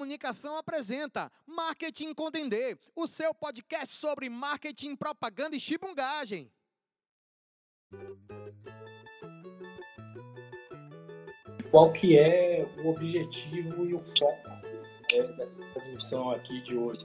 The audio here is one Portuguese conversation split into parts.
Comunicação apresenta Marketing com Dendê, o seu podcast sobre marketing, propaganda e chibungagem. Qual que é o objetivo e o foco dessa transmissão aqui de hoje?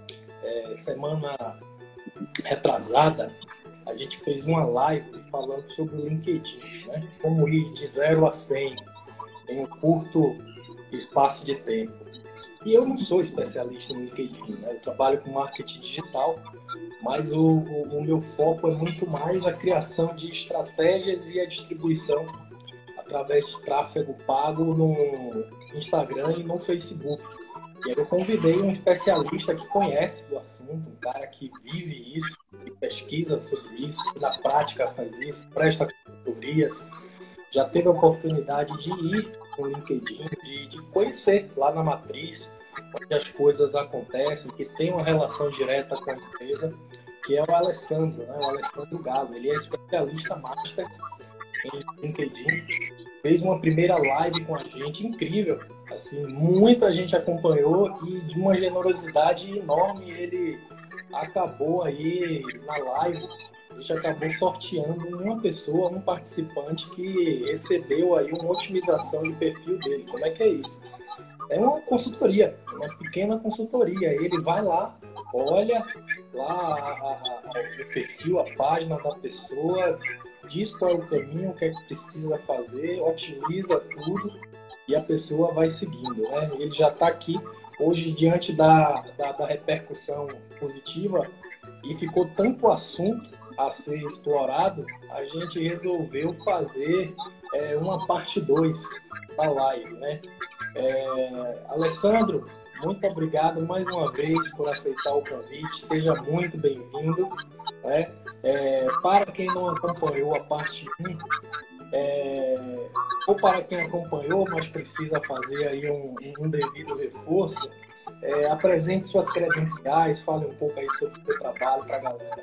Semana retrasada, a gente fez uma live falando sobre o LinkedIn, né? Como ir de 0 a 100 em um curto espaço de tempo. E eu não sou especialista no LinkedIn, né? Eu trabalho com marketing digital, mas o meu foco é muito mais a criação de estratégias e a distribuição através de tráfego pago no Instagram e no Facebook. E aí eu convidei um especialista que conhece do assunto, um cara que vive isso, que pesquisa sobre isso, que na prática faz isso, presta consultorias, já teve a oportunidade de ir no LinkedIn, de conhecer lá na matriz, onde as coisas acontecem, que tem uma relação direta com a empresa, que é o Alessandro, né? O Alessandro Galo. Ele é especialista master em LinkedIn, fez uma primeira live com a gente, incrível, assim, muita gente acompanhou e de uma generosidade enorme ele acabou aí na live, a gente acabou sorteando uma pessoa, um participante que recebeu aí uma otimização de perfil dele. Como é que é isso? É uma consultoria, uma pequena consultoria. Ele vai lá, olha lá o perfil, a página da pessoa, diz qual é o caminho, o que é que precisa fazer, otimiza tudo e a pessoa vai seguindo, né? Ele já está aqui hoje diante da repercussão positiva e ficou tanto assunto a ser explorado, a gente resolveu fazer uma parte 2 da live, né? Alessandro, muito obrigado mais uma vez por aceitar o convite, seja muito bem-vindo, né? Para quem não acompanhou a parte 1, ou para quem acompanhou, mas precisa fazer aí um devido reforço, apresente suas credenciais, fale um pouco aí sobre o seu trabalho para a galera.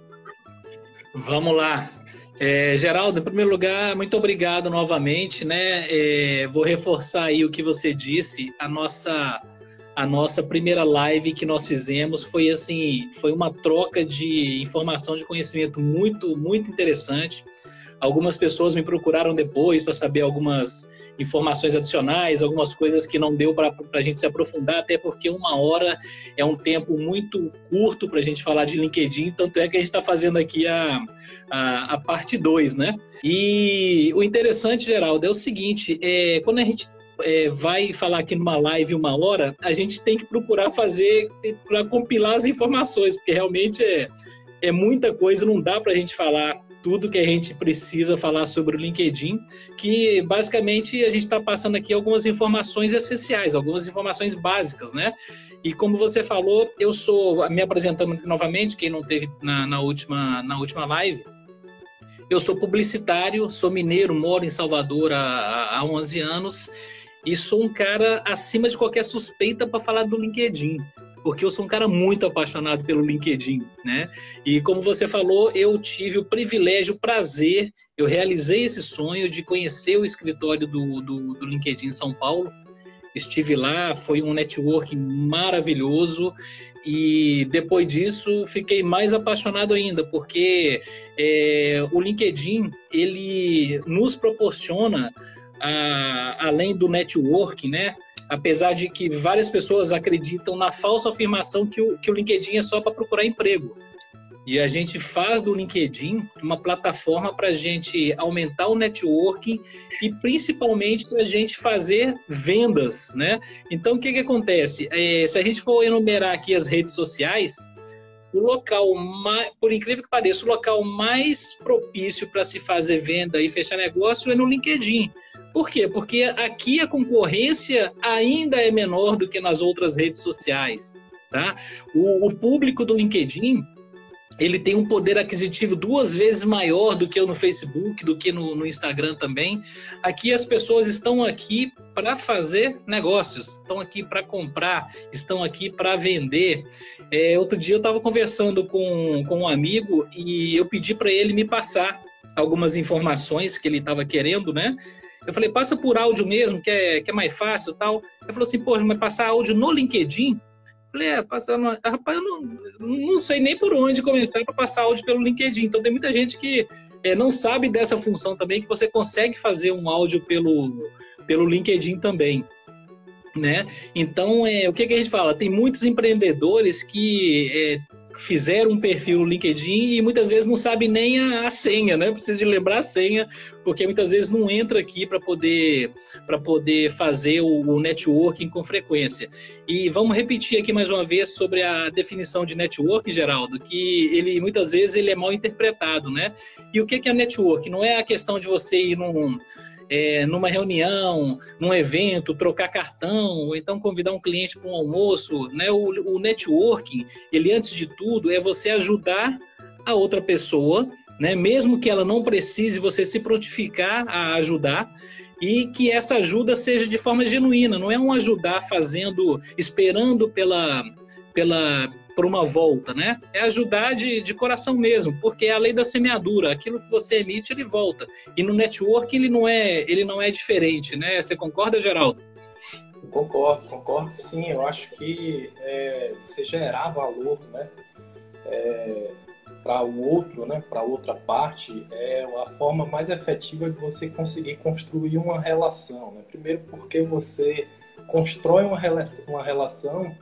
Vamos lá. Geraldo, em primeiro lugar, muito obrigado novamente, né? Vou reforçar aí o que você disse. A nossa primeira live que nós fizemos foi uma troca de informação, de conhecimento muito, muito interessante. Algumas pessoas me procuraram depois para saber algumas informações adicionais, algumas coisas que não deu para a gente se aprofundar, até porque 1 hora é um tempo muito curto para a gente falar de LinkedIn, tanto é que a gente está fazendo aqui a parte 2, né? E o interessante, Geraldo, é o seguinte, quando a gente vai falar aqui numa live 1 hora, a gente tem que procurar compilar as informações, porque realmente é muita coisa, não dá para a gente falar tudo que a gente precisa falar sobre o LinkedIn, que basicamente a gente está passando aqui algumas informações essenciais, algumas informações básicas, né? E como você falou, eu sou, me apresentando novamente, quem não teve na última live, eu sou publicitário, sou mineiro, moro em Salvador há 11 anos e sou um cara acima de qualquer suspeita para falar do LinkedIn, porque eu sou um cara muito apaixonado pelo LinkedIn, né? E como você falou, eu tive o privilégio, o prazer, eu realizei esse sonho de conhecer o escritório do LinkedIn em São Paulo. Estive lá, foi um networking maravilhoso e depois disso fiquei mais apaixonado ainda, porque o LinkedIn, ele nos proporciona, além do networking, né? Apesar de que várias pessoas acreditam na falsa afirmação que o LinkedIn é só para procurar emprego. E a gente faz do LinkedIn uma plataforma para a gente aumentar o networking e principalmente para a gente fazer vendas, né? Então, o que acontece? Se a gente for enumerar aqui as redes sociais, o local mais, por incrível que pareça, o local mais propício para se fazer venda e fechar negócio é no LinkedIn. Por quê? Porque aqui a concorrência ainda é menor do que nas outras redes sociais, tá? O público do LinkedIn, ele tem um poder aquisitivo 2 vezes maior do que no Facebook, do que no Instagram também. Aqui as pessoas estão aqui para fazer negócios, estão aqui para comprar, estão aqui para vender. Outro dia eu estava conversando com um amigo e eu pedi para ele me passar algumas informações que ele estava querendo, né? Eu falei, passa por áudio mesmo, que é mais fácil e tal. Ele falou assim, pô, mas passar áudio no LinkedIn? Eu falei, rapaz, eu não sei nem por onde começar para passar áudio pelo LinkedIn. Então tem muita gente que não sabe dessa função também, que você consegue fazer um áudio pelo LinkedIn também, né? Então, o que a gente fala? Tem muitos empreendedores que fizeram um perfil no LinkedIn e muitas vezes não sabe nem a senha, né? Precisa de lembrar a senha, porque muitas vezes não entra aqui para poder fazer o networking com frequência. E vamos repetir aqui mais uma vez sobre a definição de network, Geraldo, que muitas vezes ele é mal interpretado, né? E o que é network? Não é a questão de você ir numa reunião, num evento, trocar cartão, ou então convidar um cliente para um almoço, né? O networking, ele antes de tudo é você ajudar a outra pessoa, né? Mesmo que ela não precise, você se prontificar a ajudar, e que essa ajuda seja de forma genuína, não é um ajudar esperando por uma volta, né? É ajudar de coração mesmo, porque é a lei da semeadura, aquilo que você emite, ele volta. E no network ele não é diferente, né? Você concorda, Geraldo? Concordo sim. Eu acho que você gerar valor, né? Para o outro, né? Para outra parte, é a forma mais efetiva de você conseguir construir uma relação, né? Primeiro porque você constrói uma relação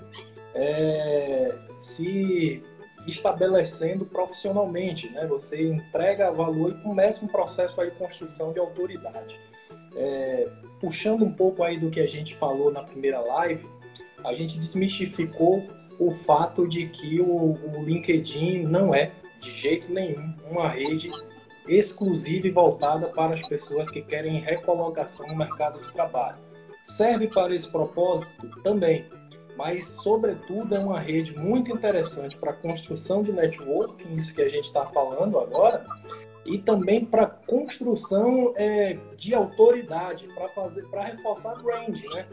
se estabelecendo profissionalmente, né? Você entrega valor e começa um processo aí de construção de autoridade. Puxando um pouco aí do que a gente falou na primeira live, a gente desmistificou o fato de que o LinkedIn não é, de jeito nenhum, uma rede exclusiva e voltada para as pessoas que querem recolocação no mercado de trabalho. Serve para esse propósito também, mas, sobretudo, é uma rede muito interessante para a construção de networking, isso que a gente está falando agora, e também para a construção de autoridade, para reforçar brand, né?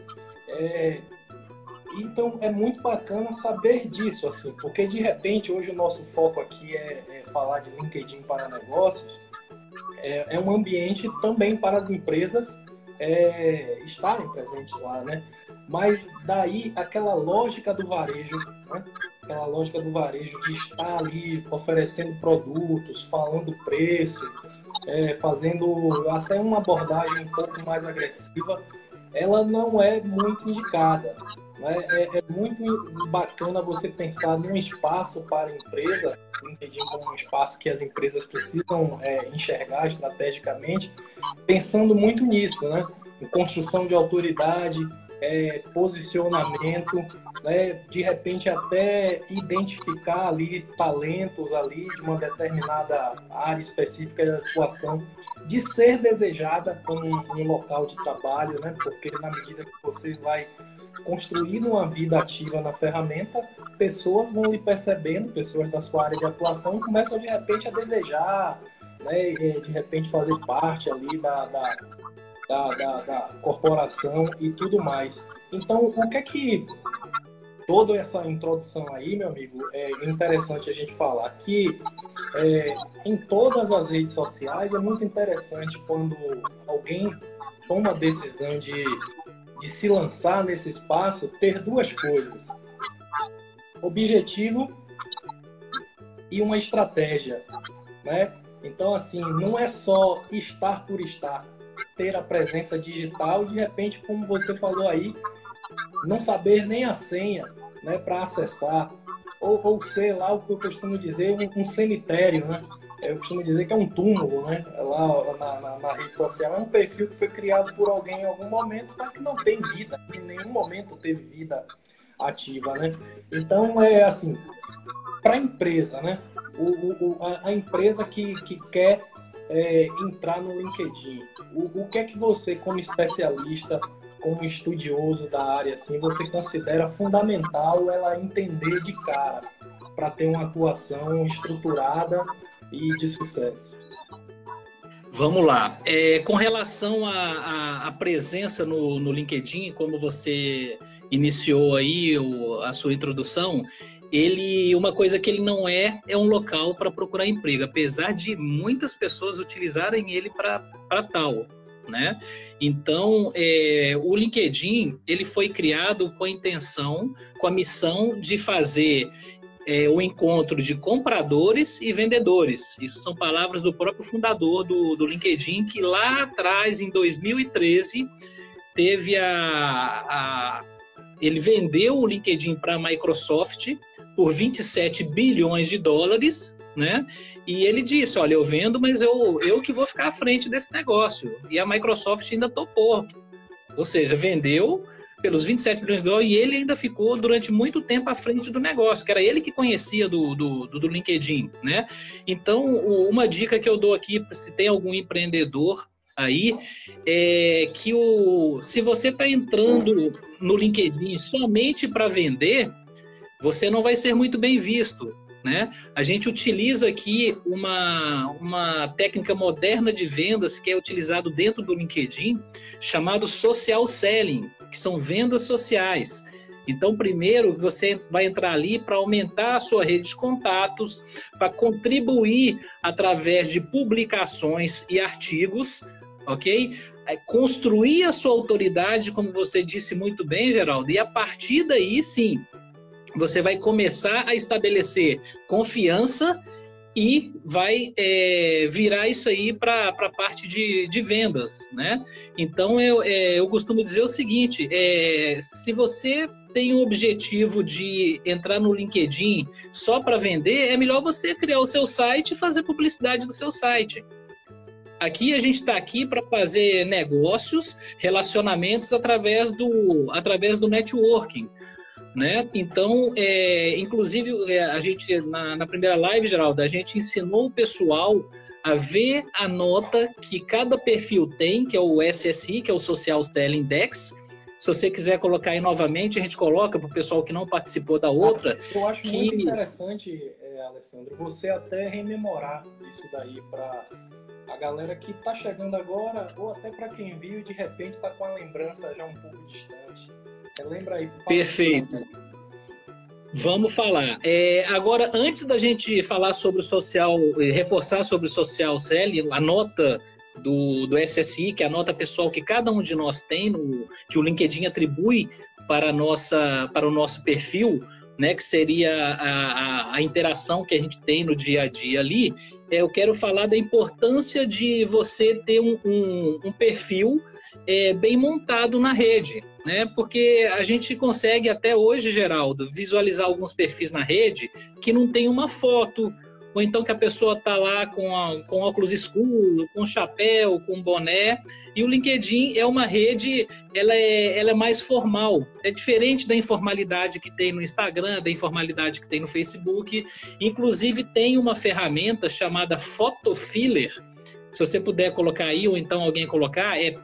Então, é muito bacana saber disso, assim, porque, de repente, hoje o nosso foco aqui é falar de LinkedIn para negócios, é um ambiente também para as empresas estarem presentes lá, né? Mas daí aquela lógica do varejo, né? Aquela lógica do varejo de estar ali oferecendo produtos, falando preço, fazendo até uma abordagem um pouco mais agressiva, ela não é muito indicada, né? É muito bacana você pensar num espaço para a empresa, LinkedIn como um espaço que as empresas precisam enxergar estrategicamente, pensando muito nisso, né? Em construção de autoridade, posicionamento, né? De repente até identificar ali talentos ali de uma determinada área específica de atuação, de ser desejada como um local de trabalho, né? Porque na medida que você vai construindo uma vida ativa na ferramenta, pessoas vão lhe percebendo, pessoas da sua área de atuação, e começam de repente a desejar, né? De repente fazer parte ali da corporação e tudo mais. Então, o que é que toda essa introdução aí, meu amigo, é interessante a gente falar que em todas as redes sociais é muito interessante quando alguém toma a decisão de se lançar nesse espaço, ter duas coisas: objetivo e uma estratégia, né? Então, assim, não é só estar por estar, ter a presença digital, de repente, como você falou aí, não saber nem a senha, né, para acessar, ou sei lá o que eu costumo dizer, um cemitério, né? Eu costumo dizer que é um túmulo, né? Lá na rede social é um perfil que foi criado por alguém em algum momento, mas que não tem vida, em nenhum momento teve vida ativa, né? Então, é assim, para a empresa, né? A empresa que quer entrar no LinkedIn, o que é que você, como especialista, como estudioso da área, assim, você considera fundamental ela entender de cara para ter uma atuação estruturada e de sucesso? Vamos lá. Com relação à presença no LinkedIn, como você iniciou aí a sua introdução, uma coisa que ele não é um local para procurar emprego, apesar de muitas pessoas utilizarem ele para tal, né? Então, o LinkedIn, ele foi criado com a intenção, com a missão de fazer o encontro de compradores e vendedores. Isso são palavras do próprio fundador do LinkedIn, que lá atrás, em 2013, teve ele vendeu o LinkedIn para a Microsoft por 27 bilhões de dólares, né? E ele disse, olha, eu vendo, mas eu que vou ficar à frente desse negócio. E a Microsoft ainda topou. Ou seja, vendeu pelos 27 bilhões de dólares e ele ainda ficou durante muito tempo à frente do negócio, que era ele que conhecia do LinkedIn, né? Então, uma dica que eu dou aqui, se tem algum empreendedor aí, é que se você está entrando no LinkedIn somente para vender, você não vai ser muito bem visto, né? A gente utiliza aqui uma técnica moderna de vendas que é utilizado dentro do LinkedIn, chamado social selling, que são vendas sociais. Então, primeiro, você vai entrar ali para aumentar a sua rede de contatos, para contribuir através de publicações e artigos, ok? Construir a sua autoridade, como você disse muito bem, Geraldo, e a partir daí, sim, você vai começar a estabelecer confiança e vai virar isso aí para a parte de vendas, né? Então, eu costumo dizer o seguinte, se você tem o objetivo de entrar no LinkedIn só para vender, é melhor você criar o seu site e fazer publicidade do seu site. Aqui a gente está aqui para fazer negócios, relacionamentos através do networking, né? Então, inclusive, a gente, na primeira live, Geraldo, a gente ensinou o pessoal a ver a nota que cada perfil tem, que é o SSI, que é o Social Selling Index. Se você quiser colocar aí novamente, a gente coloca para o pessoal que não participou da outra. Eu acho muito interessante, Alessandro, você até rememorar isso daí para a galera que está chegando agora, ou até para quem viu e de repente está com a lembrança já um pouco distante. Lembra aí, por favor. Perfeito. Vamos falar. Agora, antes da gente falar sobre o social, reforçar sobre o social selling, a nota do SSI, que é a nota pessoal que cada um de nós tem, que o LinkedIn atribui para o nosso perfil, né, que seria a interação que a gente tem no dia a dia ali, eu quero falar da importância de você ter um perfil bem montado na rede, né? Porque a gente consegue até hoje, Geraldo, visualizar alguns perfis na rede que não tem uma foto, ou então que a pessoa está lá com óculos escuros, com chapéu, com boné, e o LinkedIn é uma rede, ela é mais formal, é diferente da informalidade que tem no Instagram, da informalidade que tem no Facebook, inclusive tem uma ferramenta chamada Photo Filler. Se você puder colocar aí, ou então alguém colocar, é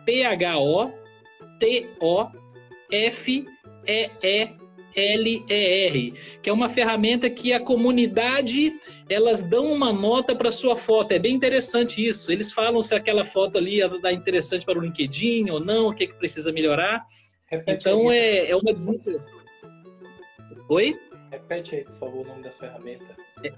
PHOTOFEELER, que é uma ferramenta que a comunidade, elas dão uma nota para sua foto. É bem interessante isso. Eles falam se aquela foto ali é interessante para o LinkedIn ou não, o que precisa melhorar. Repete então, aí, é uma dica. Oi? Repete aí, por favor, o nome da ferramenta.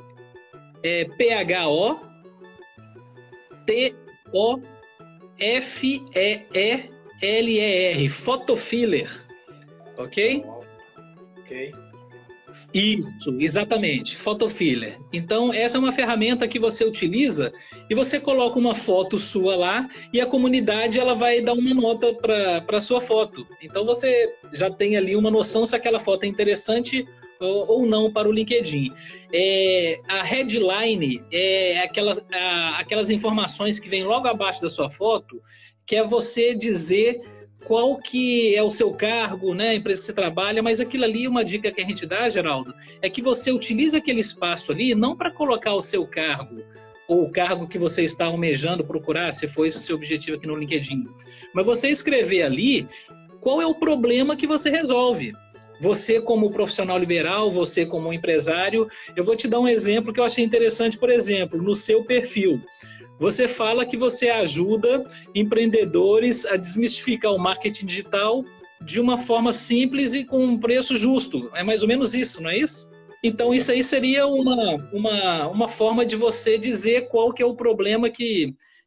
PHOTOFEELER, Photo Filler, ok? Ok. Isso, exatamente, Photo Filler. Então, essa é uma ferramenta que você utiliza e você coloca uma foto sua lá e a comunidade ela vai dar uma nota para a sua foto. Então, você já tem ali uma noção se aquela foto é interessante ou não para o LinkedIn. A headline é aquelas informações que vêm logo abaixo da sua foto, que é você dizer qual que é o seu cargo, né, a empresa que você trabalha, mas aquilo ali, uma dica que a gente dá, Geraldo, é que você utilize aquele espaço ali não para colocar o seu cargo, ou o cargo que você está almejando procurar, se for esse o seu objetivo aqui no LinkedIn, mas você escrever ali qual é o problema que você resolve. Você como profissional liberal, você como empresário, eu vou te dar um exemplo que eu achei interessante, por exemplo, no seu perfil. Você fala que você ajuda empreendedores a desmistificar o marketing digital de uma forma simples e com um preço justo. É mais ou menos isso, não é isso? Então, isso aí seria uma forma de você dizer qual que é o problema que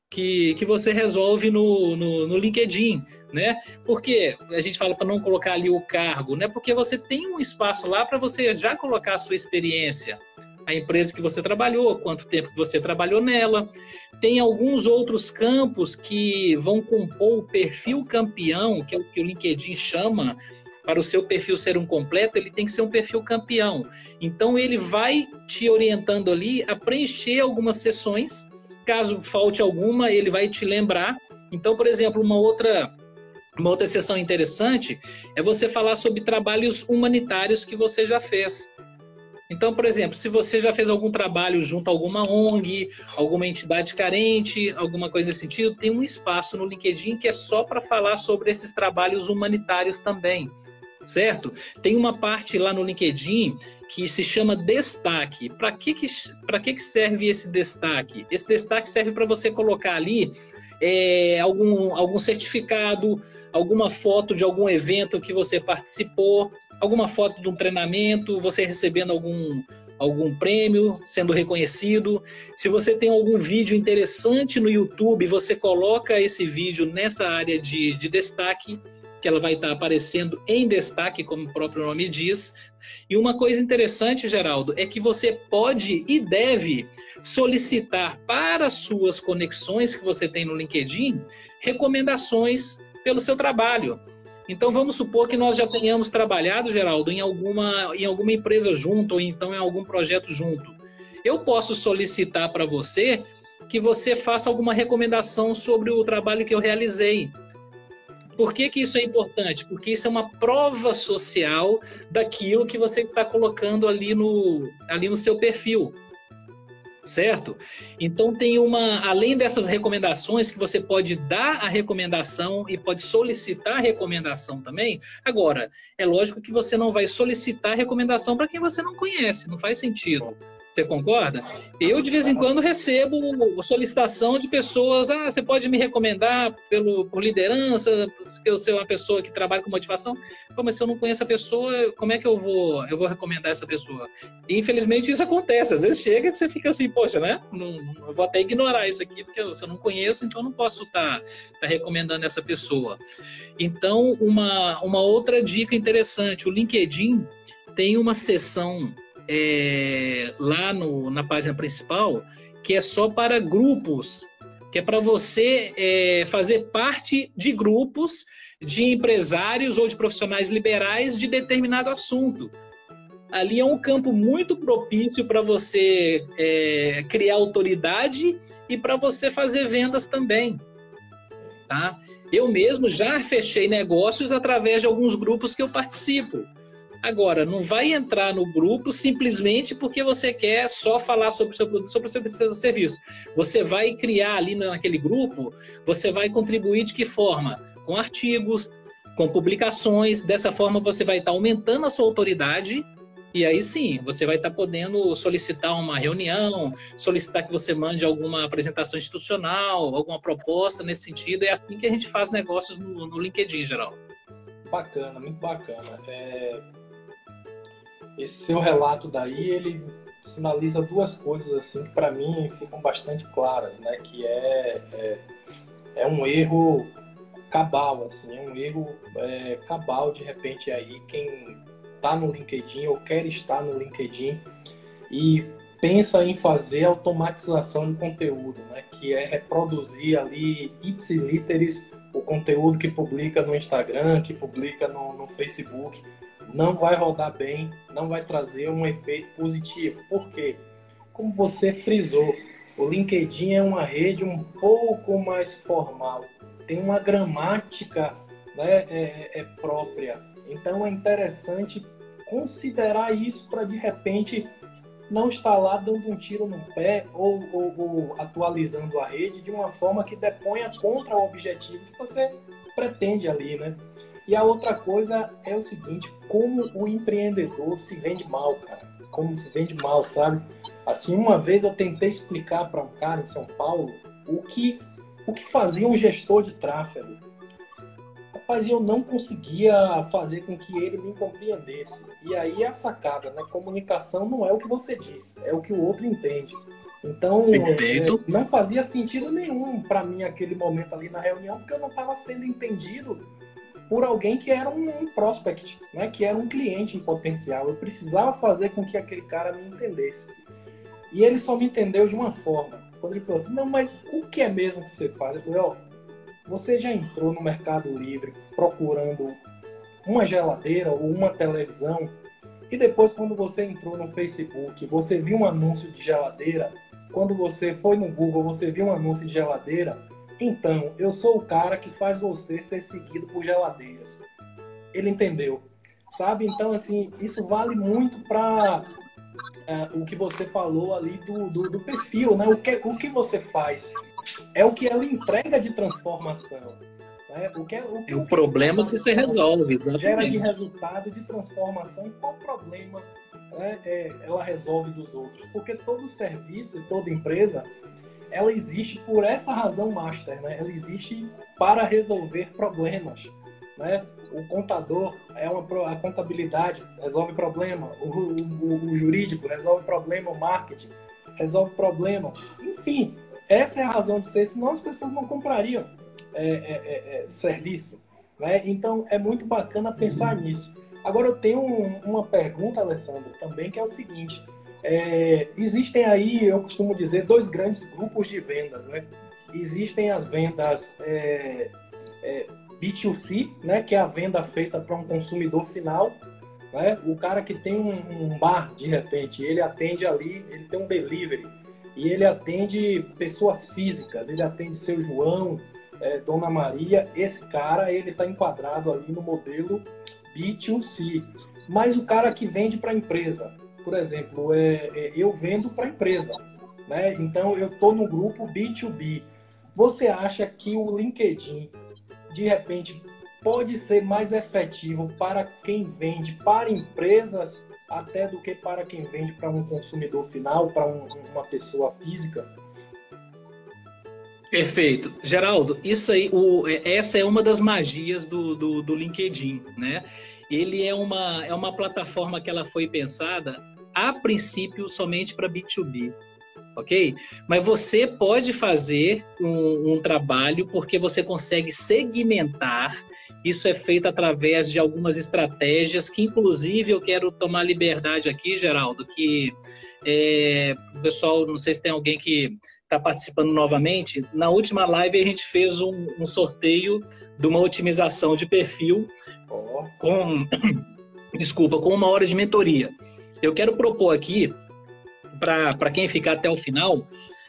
que você resolve no LinkedIn, né? Porque a gente fala para não colocar ali o cargo, né? Porque você tem um espaço lá para você já colocar a sua experiência, a empresa que você trabalhou, quanto tempo que você trabalhou nela. Tem alguns outros campos que vão compor o perfil campeão, que é o que o LinkedIn chama. Para o seu perfil ser um completo, ele tem que ser um perfil campeão. Então, ele vai te orientando ali a preencher algumas seções. Caso falte alguma, ele vai te lembrar. Então, por exemplo, uma outra seção interessante é você falar sobre trabalhos humanitários que você já fez. Então, por exemplo, se você já fez algum trabalho junto a alguma ONG, alguma entidade carente, alguma coisa nesse sentido, tem um espaço no LinkedIn que é só para falar sobre esses trabalhos humanitários também, certo? Tem uma parte lá no LinkedIn que se chama destaque. Para que serve esse destaque? Esse destaque serve para você colocar ali algum certificado, alguma foto de algum evento que você participou, alguma foto de um treinamento, você recebendo algum prêmio, sendo reconhecido. Se você tem algum vídeo interessante no YouTube, você coloca esse vídeo nessa área de destaque, que ela vai estar aparecendo em destaque, como o próprio nome diz. E uma coisa interessante, Geraldo, é que você pode e deve solicitar para suas conexões que você tem no LinkedIn recomendações pelo seu trabalho. Então, vamos supor que nós já tenhamos trabalhado, Geraldo, em alguma empresa junto, ou então em algum projeto junto. Eu posso solicitar para você que você faça alguma recomendação sobre o trabalho que eu realizei. Por que isso é importante? Porque isso é uma prova social daquilo que você está colocando ali no seu perfil. Certo? Então além dessas recomendações que você pode dar a recomendação e pode solicitar a recomendação também. Agora, é lógico que você não vai solicitar recomendação para quem você não conhece, não faz sentido. Você concorda? Eu, de vez em quando, recebo solicitação de pessoas, você pode me recomendar por liderança, porque eu sou uma pessoa que trabalha com motivação. Pô, mas se eu não conheço a pessoa, como é que eu vou recomendar essa pessoa? E, infelizmente, isso acontece. Às vezes chega que você fica assim, poxa, né? Eu vou até ignorar isso aqui, porque se eu não conheço, então eu não posso estar recomendando essa pessoa. Então, uma outra dica interessante, o LinkedIn tem uma seção lá na página principal, que é só para grupos, que é para você fazer parte de grupos de empresários ou de profissionais liberais de determinado assunto. Ali é um campo muito propício para você criar autoridade e para você fazer vendas também. Tá? Eu mesmo já fechei negócios através de alguns grupos que eu participo. Agora, não vai entrar no grupo simplesmente porque você quer só falar sobre o seu serviço. Você vai criar ali naquele grupo, você vai contribuir de que forma? Com artigos, com publicações. Dessa forma, você vai estar aumentando a sua autoridade e aí sim, você vai estar podendo solicitar uma reunião, solicitar que você mande alguma apresentação institucional, alguma proposta nesse sentido. É assim que a gente faz negócios no LinkedIn, Geraldo. Bacana, muito bacana. Esse seu relato daí, ele sinaliza duas coisas assim que para mim ficam bastante claras, né? Que é um erro cabal, assim, é um erro cabal de repente aí quem está no LinkedIn ou quer estar no LinkedIn e pensa em fazer automatização de conteúdo, né? Que é reproduzir ali ipsiliteris o conteúdo que publica no Instagram, que publica no Facebook. Não vai rodar bem, não vai trazer um efeito positivo. Por quê? Como você frisou, o LinkedIn é uma rede um pouco mais formal, tem uma gramática, né, própria. Então é interessante considerar isso para, de repente, não estar lá dando um tiro no pé ou atualizando a rede de uma forma que deponha contra o objetivo que você pretende ali, né? E a outra coisa é o seguinte, como o empreendedor se vende mal, cara. Como se vende mal, sabe? Assim, uma vez eu tentei explicar para um cara em São Paulo o que fazia um gestor de tráfego. Rapaz, eu não conseguia fazer com que ele me compreendesse. E aí é a sacada, né? Comunicação não é o que você diz, é o que o outro entende. Então, Perfeito. não fazia sentido nenhum para mim aquele momento ali na reunião, porque eu não estava sendo entendido por alguém que era um prospect, né? Que era um cliente em potencial. Eu precisava fazer com que aquele cara me entendesse. E ele só me entendeu de uma forma. Quando ele falou assim, não, mas o que é mesmo que você faz? Eu falei, ó, você já entrou no Mercado Livre procurando uma geladeira ou uma televisão e depois quando você entrou no Facebook, você viu um anúncio de geladeira, quando você foi no Google, você viu um anúncio de geladeira, então eu sou o cara que faz você ser seguido por geladeiras. Ele entendeu, sabe? Então, assim, isso vale muito para o que você falou ali do perfil, né? O que você faz é o que ela entrega de transformação. Né? O problema que você resolve, exatamente. Gera de resultado de transformação e qual problema, né, ela resolve dos outros. Porque todo serviço, toda empresa, ela existe por essa razão master, né? Ela existe para resolver problemas. Né? O contador, a contabilidade resolve problema, o jurídico resolve problema, o marketing resolve problema. Enfim, essa é a razão de ser, senão as pessoas não comprariam serviço. Né? Então, é muito bacana pensar nisso. Agora, eu tenho uma pergunta, Alessandro, também, que é o seguinte. Existem aí, eu costumo dizer, dois grandes grupos de vendas. Né? Existem as vendas B2C, né, que é a venda feita para um consumidor final, né? O cara que tem um bar, de repente, ele atende ali, ele tem um delivery, e ele atende pessoas físicas, ele atende seu João, Dona Maria, esse cara, ele está enquadrado ali no modelo B2C. Mas o cara que vende para a empresa, por exemplo, eu vendo para a empresa, né? Então eu estou no grupo B2B. Você acha que o LinkedIn de repente pode ser mais efetivo para quem vende para empresas até do que para quem vende para um consumidor final, para uma pessoa física? Perfeito. Geraldo, isso aí, essa é uma das magias do LinkedIn, né? Ele é uma plataforma que ela foi pensada, a princípio, somente para B2B. Ok? Mas você pode fazer um trabalho porque você consegue segmentar. Isso é feito através de algumas estratégias que, inclusive, eu quero tomar liberdade aqui, Geraldo, que o pessoal, não sei se tem alguém que está participando novamente, na última live a gente fez um sorteio de uma otimização de perfil com 1 hora de mentoria. Eu quero propor aqui, para quem ficar até o final,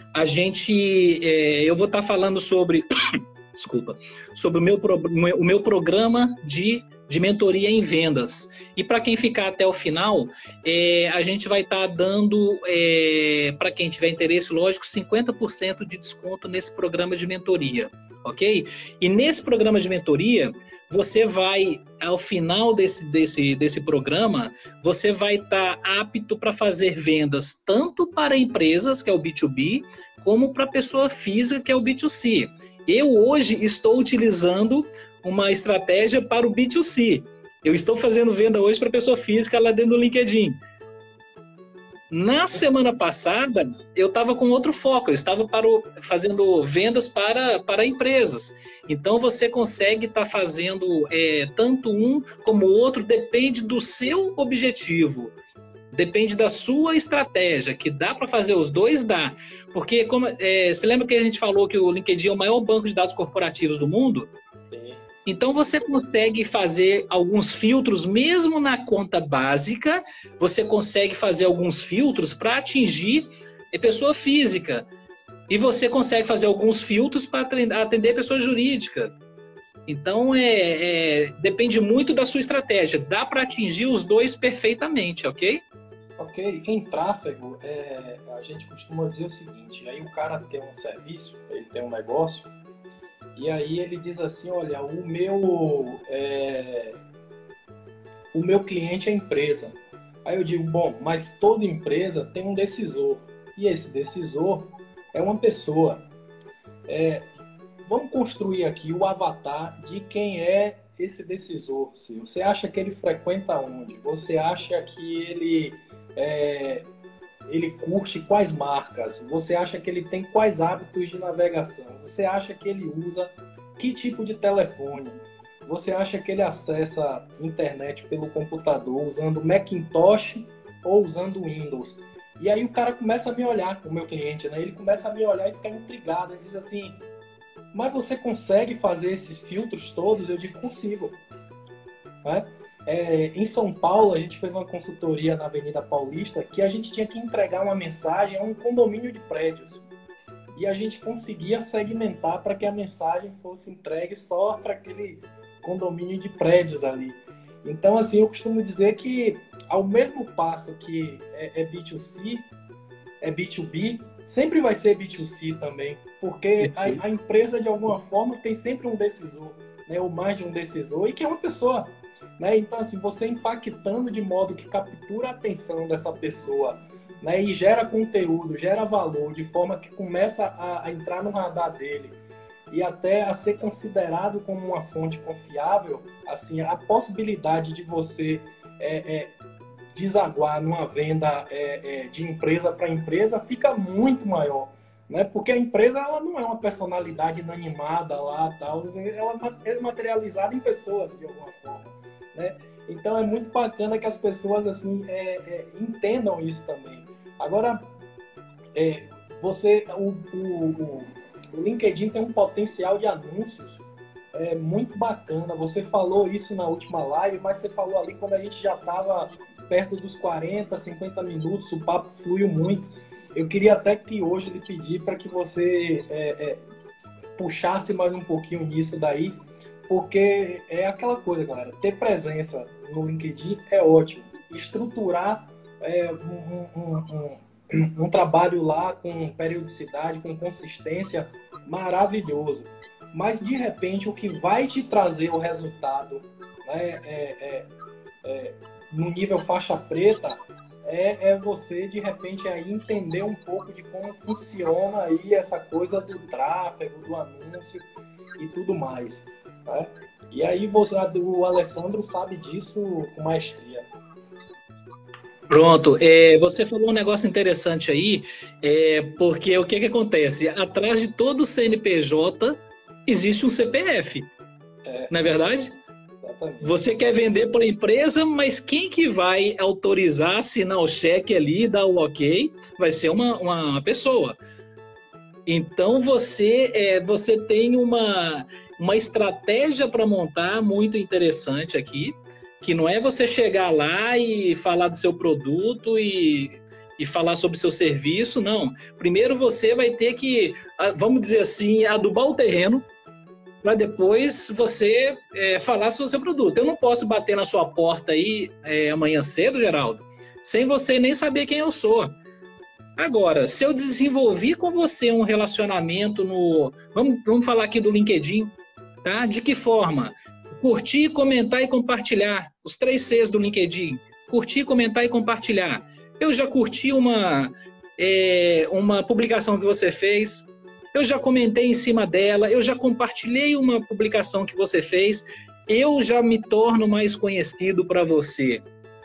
eu vou estar falando sobre sobre o meu programa de mentoria em vendas. E para quem ficar até o final, a gente vai estar dando, para quem tiver interesse, lógico, 50% de desconto nesse programa de mentoria, ok? E nesse programa de mentoria, você vai, ao final desse programa, você vai estar apto para fazer vendas tanto para empresas, que é o B2B, como para pessoa física, que é o B2C. Eu hoje estou utilizando uma estratégia para o B2C. Eu estou fazendo venda hoje para pessoa física lá dentro do LinkedIn. Na semana passada, eu estava com outro foco. Eu estava fazendo vendas para empresas. Então, você consegue estar fazendo tanto um como o outro, depende do seu objetivo. Depende da sua estratégia, que dá para fazer os dois, dá. Porque, você lembra que a gente falou que o LinkedIn é o maior banco de dados corporativos do mundo? Sim. Então, você consegue fazer alguns filtros, mesmo na conta básica, você consegue fazer alguns filtros para atingir pessoa física. E você consegue fazer alguns filtros para atender pessoa jurídica. Então, depende muito da sua estratégia. Dá para atingir os dois perfeitamente, ok? Ok, em tráfego, a gente costuma dizer o seguinte, aí o cara tem um serviço, ele tem um negócio, e aí ele diz assim, olha, o meu cliente é empresa. Aí eu digo, bom, mas toda empresa tem um decisor, e esse decisor é uma pessoa. Vamos construir aqui o avatar de quem é esse decisor. Você acha que ele frequenta onde? Você acha que ele ele curte quais marcas, você acha que ele tem quais hábitos de navegação, você acha que ele usa que tipo de telefone, você acha que ele acessa a internet pelo computador usando Macintosh ou usando Windows. E aí o cara começa a me olhar, o meu cliente, né? Ele começa a me olhar e ficar intrigado. Ele diz assim, mas você consegue fazer esses filtros todos? Eu digo, consigo. Né? Em São Paulo, a gente fez uma consultoria na Avenida Paulista que a gente tinha que entregar uma mensagem a um condomínio de prédios. E a gente conseguia segmentar para que a mensagem fosse entregue só para aquele condomínio de prédios ali. Então, assim, eu costumo dizer que ao mesmo passo que é B2C, é B2B, sempre vai ser B2C também, porque a empresa, de alguma forma, tem sempre um decisor, né, ou mais de um decisor, e que é uma pessoa. Né? Então, assim, você impactando de modo que captura a atenção dessa pessoa, né, e gera conteúdo, gera valor, de forma que começa a entrar no radar dele, e até a ser considerado como uma fonte confiável, assim, a possibilidade de você desaguar numa venda de empresa para empresa fica muito maior, né? Porque a empresa, ela não é uma personalidade inanimada lá, tal, ela é materializada em pessoas, de alguma forma, né? Então é muito bacana que as pessoas assim entendam isso também. Agora, o LinkedIn tem um potencial de anúncios muito bacana. Você falou isso na última live, mas você falou ali quando a gente já estava perto dos 40, 50 minutos, o papo fluiu muito. Eu queria até que hoje lhe pedir para que você puxasse mais um pouquinho nisso daí, porque é aquela coisa, galera, ter presença no LinkedIn é ótimo. Estruturar um trabalho lá com periodicidade, com consistência, maravilhoso. Mas, de repente, o que vai te trazer o resultado, né, no nível faixa preta é você, de repente, aí entender um pouco de como funciona aí essa coisa do tráfego, do anúncio e tudo mais. Né? E aí o Alessandro sabe disso com maestria. Pronto, você falou um negócio interessante aí, porque o que acontece? Atrás de todo CNPJ existe um CPF, não é verdade? Exatamente. Você quer vender para a empresa, mas quem que vai autorizar, assinar o cheque ali, dar o ok, vai ser uma pessoa. Então você tem uma estratégia para montar muito interessante aqui, que não é você chegar lá e falar do seu produto e falar sobre o seu serviço, não. Primeiro você vai ter que, vamos dizer assim, adubar o terreno, para depois você falar sobre o seu produto. Eu não posso bater na sua porta aí amanhã cedo, Geraldo, sem você nem saber quem eu sou. Agora, se eu desenvolver com você um relacionamento vamos falar aqui do LinkedIn, tá? De que forma? Curtir, comentar e compartilhar. Os 3 Cs do LinkedIn. Curtir, comentar e compartilhar. Eu já curti uma publicação que você fez. Eu já comentei em cima dela. Eu já compartilhei uma publicação que você fez. Eu já me torno mais conhecido para você.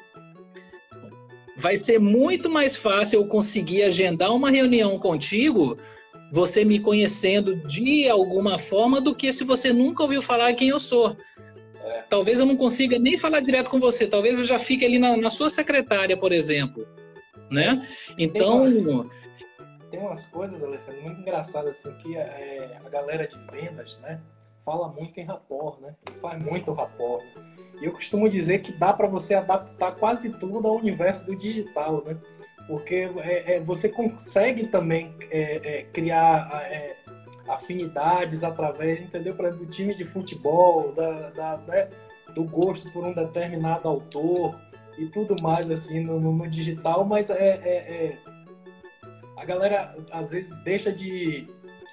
Vai ser muito mais fácil eu conseguir agendar uma reunião contigo, você me conhecendo de alguma forma, do que se você nunca ouviu falar quem eu sou. Talvez eu não consiga nem falar direto com você, talvez eu já fique ali na sua secretária, por exemplo, né? Então... Tem umas coisas, Alessandro, muito engraçadas, assim, que a galera de vendas, né, fala muito em rapport, né? Faz muito rapport. E eu costumo dizer que dá para você adaptar quase tudo ao universo do digital, né? Porque você consegue também criar afinidades através, entendeu? Por exemplo, do time de futebol, né? Do gosto por um determinado autor e tudo mais assim no digital, mas a galera às vezes deixa de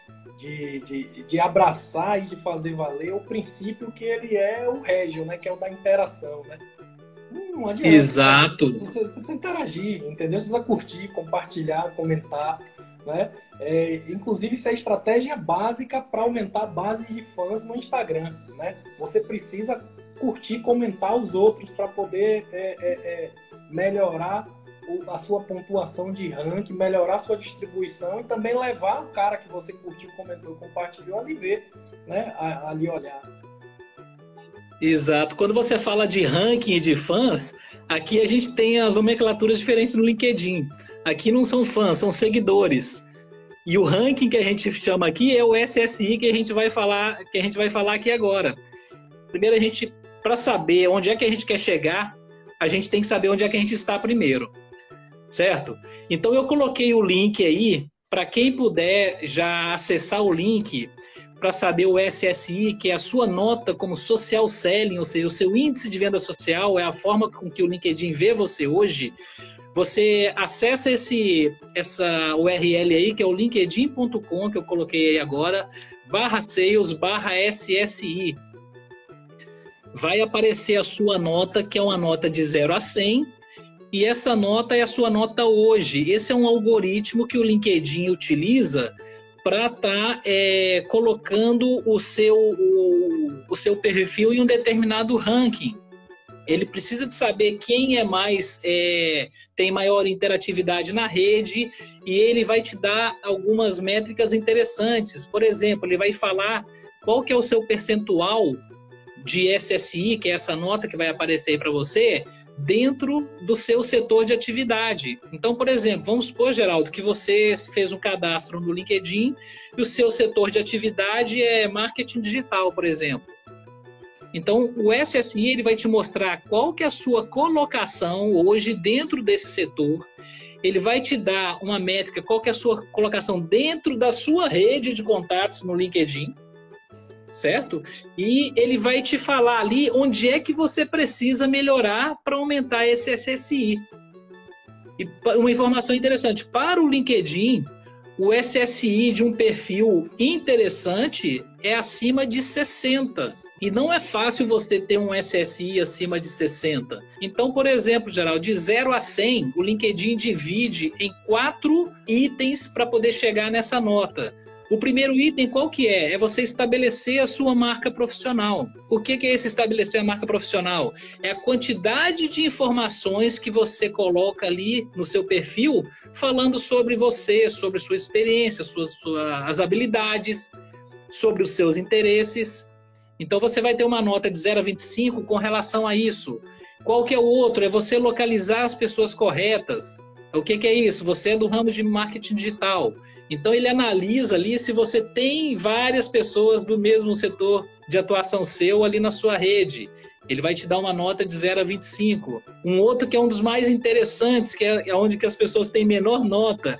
abraçar e de fazer valer o princípio que ele é o régio, né? Que é o da interação, né? Não adianta. Exato. Você precisa interagir, entendeu? Você precisa curtir, compartilhar, comentar, né? Inclusive, isso é estratégia básica para aumentar a base de fãs no Instagram, né? Você precisa curtir, comentar os outros para poder melhorar a sua pontuação de ranking, melhorar a sua distribuição e também levar o cara que você curtiu, comentou, compartilhou ali ver, né? Ali olhar. Exato. Quando você fala de ranking e de fãs, aqui a gente tem as nomenclaturas diferentes no LinkedIn. Aqui não são fãs, são seguidores. E o ranking que a gente chama aqui é o SSI que a gente vai falar aqui agora. Primeiro, para saber onde é que a gente quer chegar, a gente tem que saber onde é que a gente está primeiro. Certo? Então eu coloquei o link aí para quem puder já acessar o link para saber o SSI, que é a sua nota como social selling, ou seja, o seu índice de venda social, é a forma com que o LinkedIn vê você hoje. Você acessa essa URL aí, que é o linkedin.com, que eu coloquei aí agora, /sales/SSI. Vai aparecer a sua nota, que é uma nota de 0 a 100, e essa nota é a sua nota hoje. Esse é um algoritmo que o LinkedIn utiliza para estar colocando o seu perfil em um determinado ranking. Ele precisa de saber quem é mais tem maior interatividade na rede, e ele vai te dar algumas métricas interessantes. Por exemplo, ele vai falar qual que é o seu percentual de SSI, que é essa nota que vai aparecer aí para você, dentro do seu setor de atividade. Então, por exemplo, vamos supor, Geraldo, que você fez um cadastro no LinkedIn e o seu setor de atividade é marketing digital, por exemplo. Então, o SSI ele vai te mostrar qual que é a sua colocação hoje dentro desse setor. Ele vai te dar uma métrica, qual que é a sua colocação dentro da sua rede de contatos no LinkedIn, certo? E ele vai te falar ali onde é que você precisa melhorar para aumentar esse SSI. E uma informação interessante, para o LinkedIn, o SSI de um perfil interessante é acima de 60. E não é fácil você ter um SSI acima de 60. Então, por exemplo, Geraldo, de 0 a 100, o LinkedIn divide em 4 itens para poder chegar nessa nota. O primeiro item, qual que é? É você estabelecer a sua marca profissional. O que é esse estabelecer a marca profissional? É a quantidade de informações que você coloca ali no seu perfil, falando sobre você, sobre sua experiência, as habilidades, sobre os seus interesses. Então, você vai ter uma nota de 0 a 25 com relação a isso. Qual que é o outro? É você localizar as pessoas corretas. O que é isso? Você é do ramo de marketing digital. Então, ele analisa ali se você tem várias pessoas do mesmo setor de atuação seu ali na sua rede. Ele vai te dar uma nota de 0 a 25. Um outro que é um dos mais interessantes, que é onde que as pessoas têm menor nota,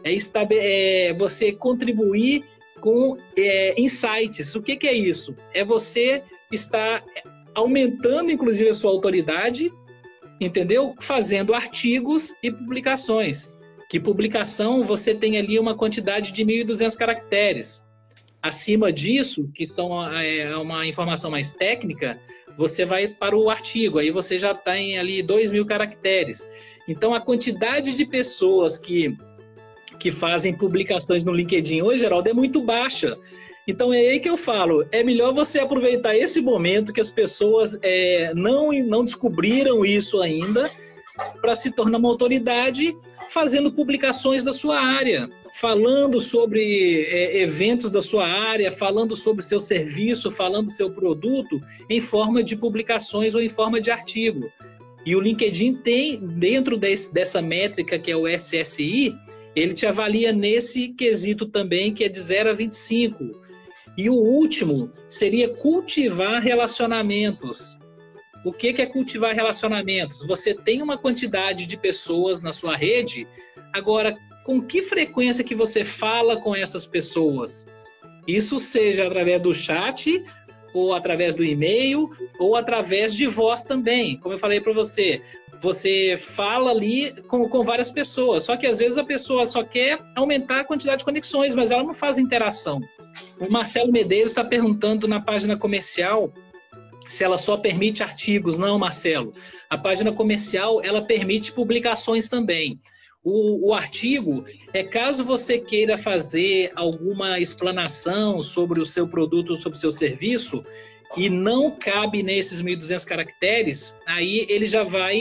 é você contribuir com insights. O que é isso? É você estar aumentando, inclusive, a sua autoridade, entendeu? Fazendo artigos e publicações. Que publicação você tem ali uma quantidade de 1.200 caracteres. Acima disso, que são uma informação mais técnica, você vai para o artigo, aí você já tem ali 2.000 caracteres. Então, a quantidade de pessoas que fazem publicações no LinkedIn hoje, Geraldo, é muito baixa. Então é aí que eu falo, é melhor você aproveitar esse momento que as pessoas não descobriram isso ainda, para se tornar uma autoridade fazendo publicações da sua área, falando sobre eventos da sua área, falando sobre seu serviço, falando seu produto em forma de publicações ou em forma de artigo. E o LinkedIn tem, dentro dessa métrica que é o SSI, ele te avalia nesse quesito também, que é de 0 a 25. E o último seria cultivar relacionamentos. O que é cultivar relacionamentos? Você tem uma quantidade de pessoas na sua rede, agora, com que frequência que você fala com essas pessoas? Isso seja através do chat, ou através do e-mail, ou através de voz também. Como eu falei para você, você fala ali com várias pessoas, só que às vezes a pessoa só quer aumentar a quantidade de conexões, mas ela não faz interação. O Marcelo Medeiros está perguntando na página comercial se ela só permite artigos. Não, Marcelo. A página comercial, ela permite publicações também. O artigo é caso você queira fazer alguma explanação sobre o seu produto, sobre o seu serviço, e não cabe nesses 1.200 caracteres, aí ele já vai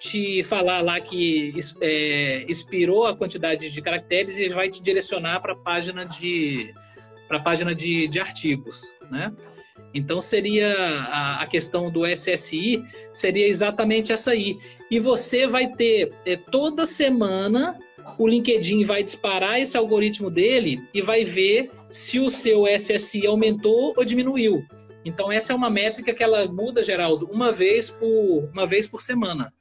te falar lá que expirou a quantidade de caracteres e vai te direcionar para a página de artigos, né? Então seria a questão do SSI seria exatamente essa aí. E você vai ter toda semana o LinkedIn vai disparar esse algoritmo dele e vai ver se o seu SSI aumentou ou diminuiu. Então essa é uma métrica que ela muda, Geraldo, uma vez por semana.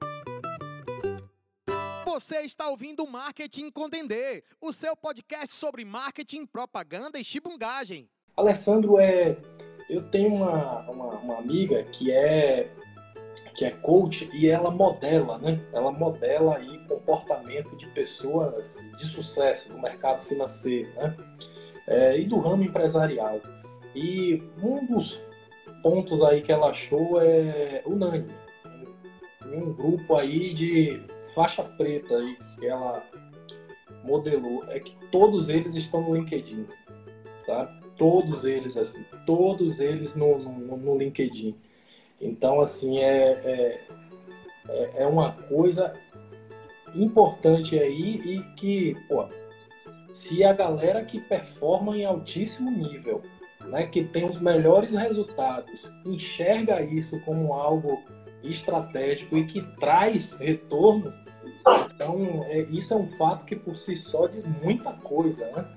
Você está ouvindo o Marketing com Dendê, o seu podcast sobre marketing, propaganda e chibungagem. Alessandro, eu tenho uma amiga que é coach e ela modela, né? Ela modela aí comportamento de pessoas de sucesso no mercado financeiro, né? E do ramo empresarial. E um dos pontos aí que ela achou é unânime. Em um grupo aí de faixa preta aí que ela modelou, é que todos eles estão no LinkedIn, tá? Todos eles, assim, todos eles no LinkedIn. Então, assim, é uma coisa importante aí e que, pô, se a galera que performa em altíssimo nível, né, que tem os melhores resultados, enxerga isso como algo estratégico e que traz retorno, então isso é um fato que por si só diz muita coisa, né?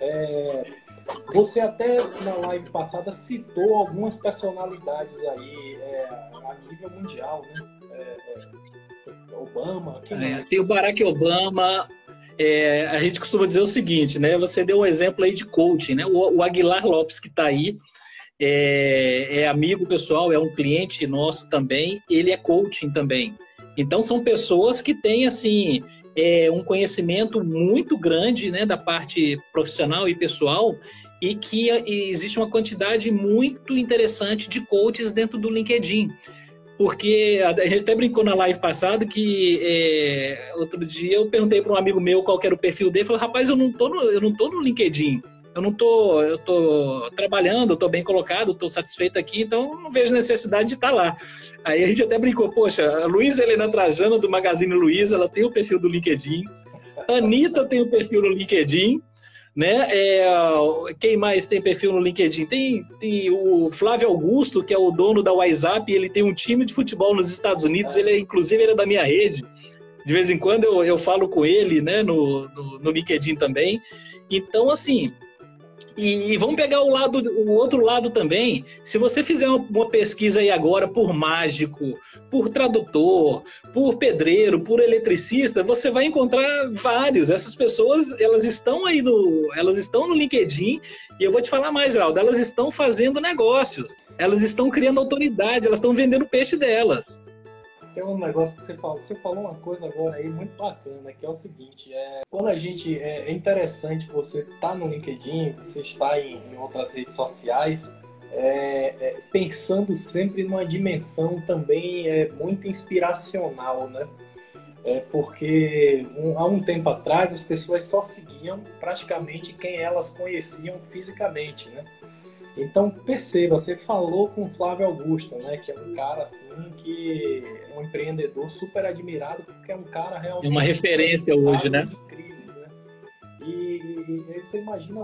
Você até na live passada citou algumas personalidades aí a nível mundial, né? Obama, tem o Barack Obama. A gente costuma dizer o seguinte, né? Você deu um exemplo aí de coaching, né? O Aguilar Lopes, que está aí, é amigo pessoal, é um cliente nosso também, ele é coaching também. Então, são pessoas que têm, assim, um conhecimento muito grande, né, da parte profissional e pessoal, e que existe uma quantidade muito interessante de coaches dentro do LinkedIn. Porque a gente até brincou na live passada que outro dia eu perguntei para um amigo meu qual que era o perfil dele, falou, rapaz, eu não tô no LinkedIn, eu tô trabalhando, eu tô bem colocado, estou satisfeito aqui, então não vejo necessidade de estar lá. Aí a gente até brincou, poxa, a Luísa Helena Trajano do Magazine Luiza, ela tem o perfil do LinkedIn, a Anitta tem o perfil no LinkedIn, né? Quem mais tem perfil no LinkedIn? Tem o Flávio Augusto, que é o dono da WhatsApp, ele tem um time de futebol nos Estados Unidos, inclusive ele é da minha rede, de vez em quando eu falo com ele, né, no LinkedIn também. Então, assim, e vamos pegar o outro lado também. Se você fizer uma pesquisa aí agora por mágico, por tradutor, por pedreiro, por eletricista, você vai encontrar vários. Essas pessoas, elas estão no LinkedIn, e eu vou te falar mais, Geraldo, elas estão fazendo negócios, elas estão criando autoridade, elas estão vendendo o peixe delas. Tem um negócio que você falou uma coisa agora aí muito bacana, que é o seguinte, quando a gente, é interessante você estar no LinkedIn, você está em outras redes sociais, pensando sempre numa dimensão também muito inspiracional, né? Porque há um tempo atrás as pessoas só seguiam praticamente quem elas conheciam fisicamente, né? Então, perceba, você falou com o Flávio Augusto, né, que é um cara assim que é um empreendedor super admirado, porque é um cara realmente... É uma referência hoje, né? Incríveis, né? E aí você imagina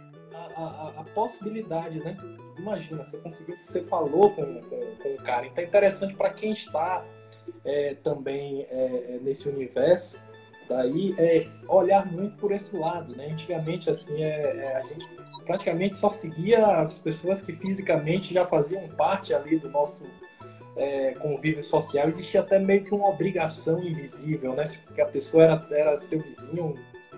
a possibilidade, né? Imagina, você falou com o cara. Então é interessante para quem está também nesse universo, daí olhar muito por esse lado, né? Antigamente, assim, a gente praticamente só seguia as pessoas que fisicamente já faziam parte ali do nosso convívio social. Existia até meio que uma obrigação invisível, né? Porque a pessoa era seu vizinho,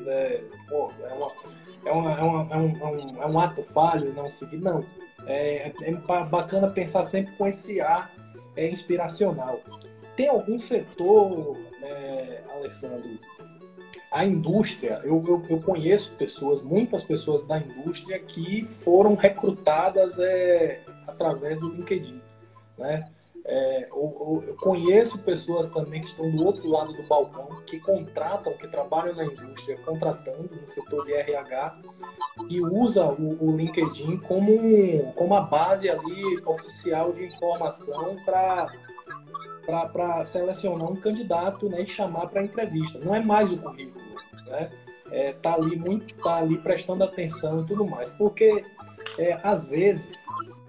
é um ato falho não seguir. Não, é bacana pensar sempre com esse ar inspiracional. Tem algum setor, Alessandro, a indústria, eu conheço muitas pessoas da indústria que foram recrutadas através do LinkedIn, né? Eu conheço pessoas também que estão do outro lado do balcão, que trabalham na indústria, contratando no setor de RH, e usa o LinkedIn como a base ali oficial de informação para para selecionar um candidato, né, e chamar para entrevista. Não é mais o currículo, né? Tá ali prestando atenção e tudo mais. Porque, às vezes,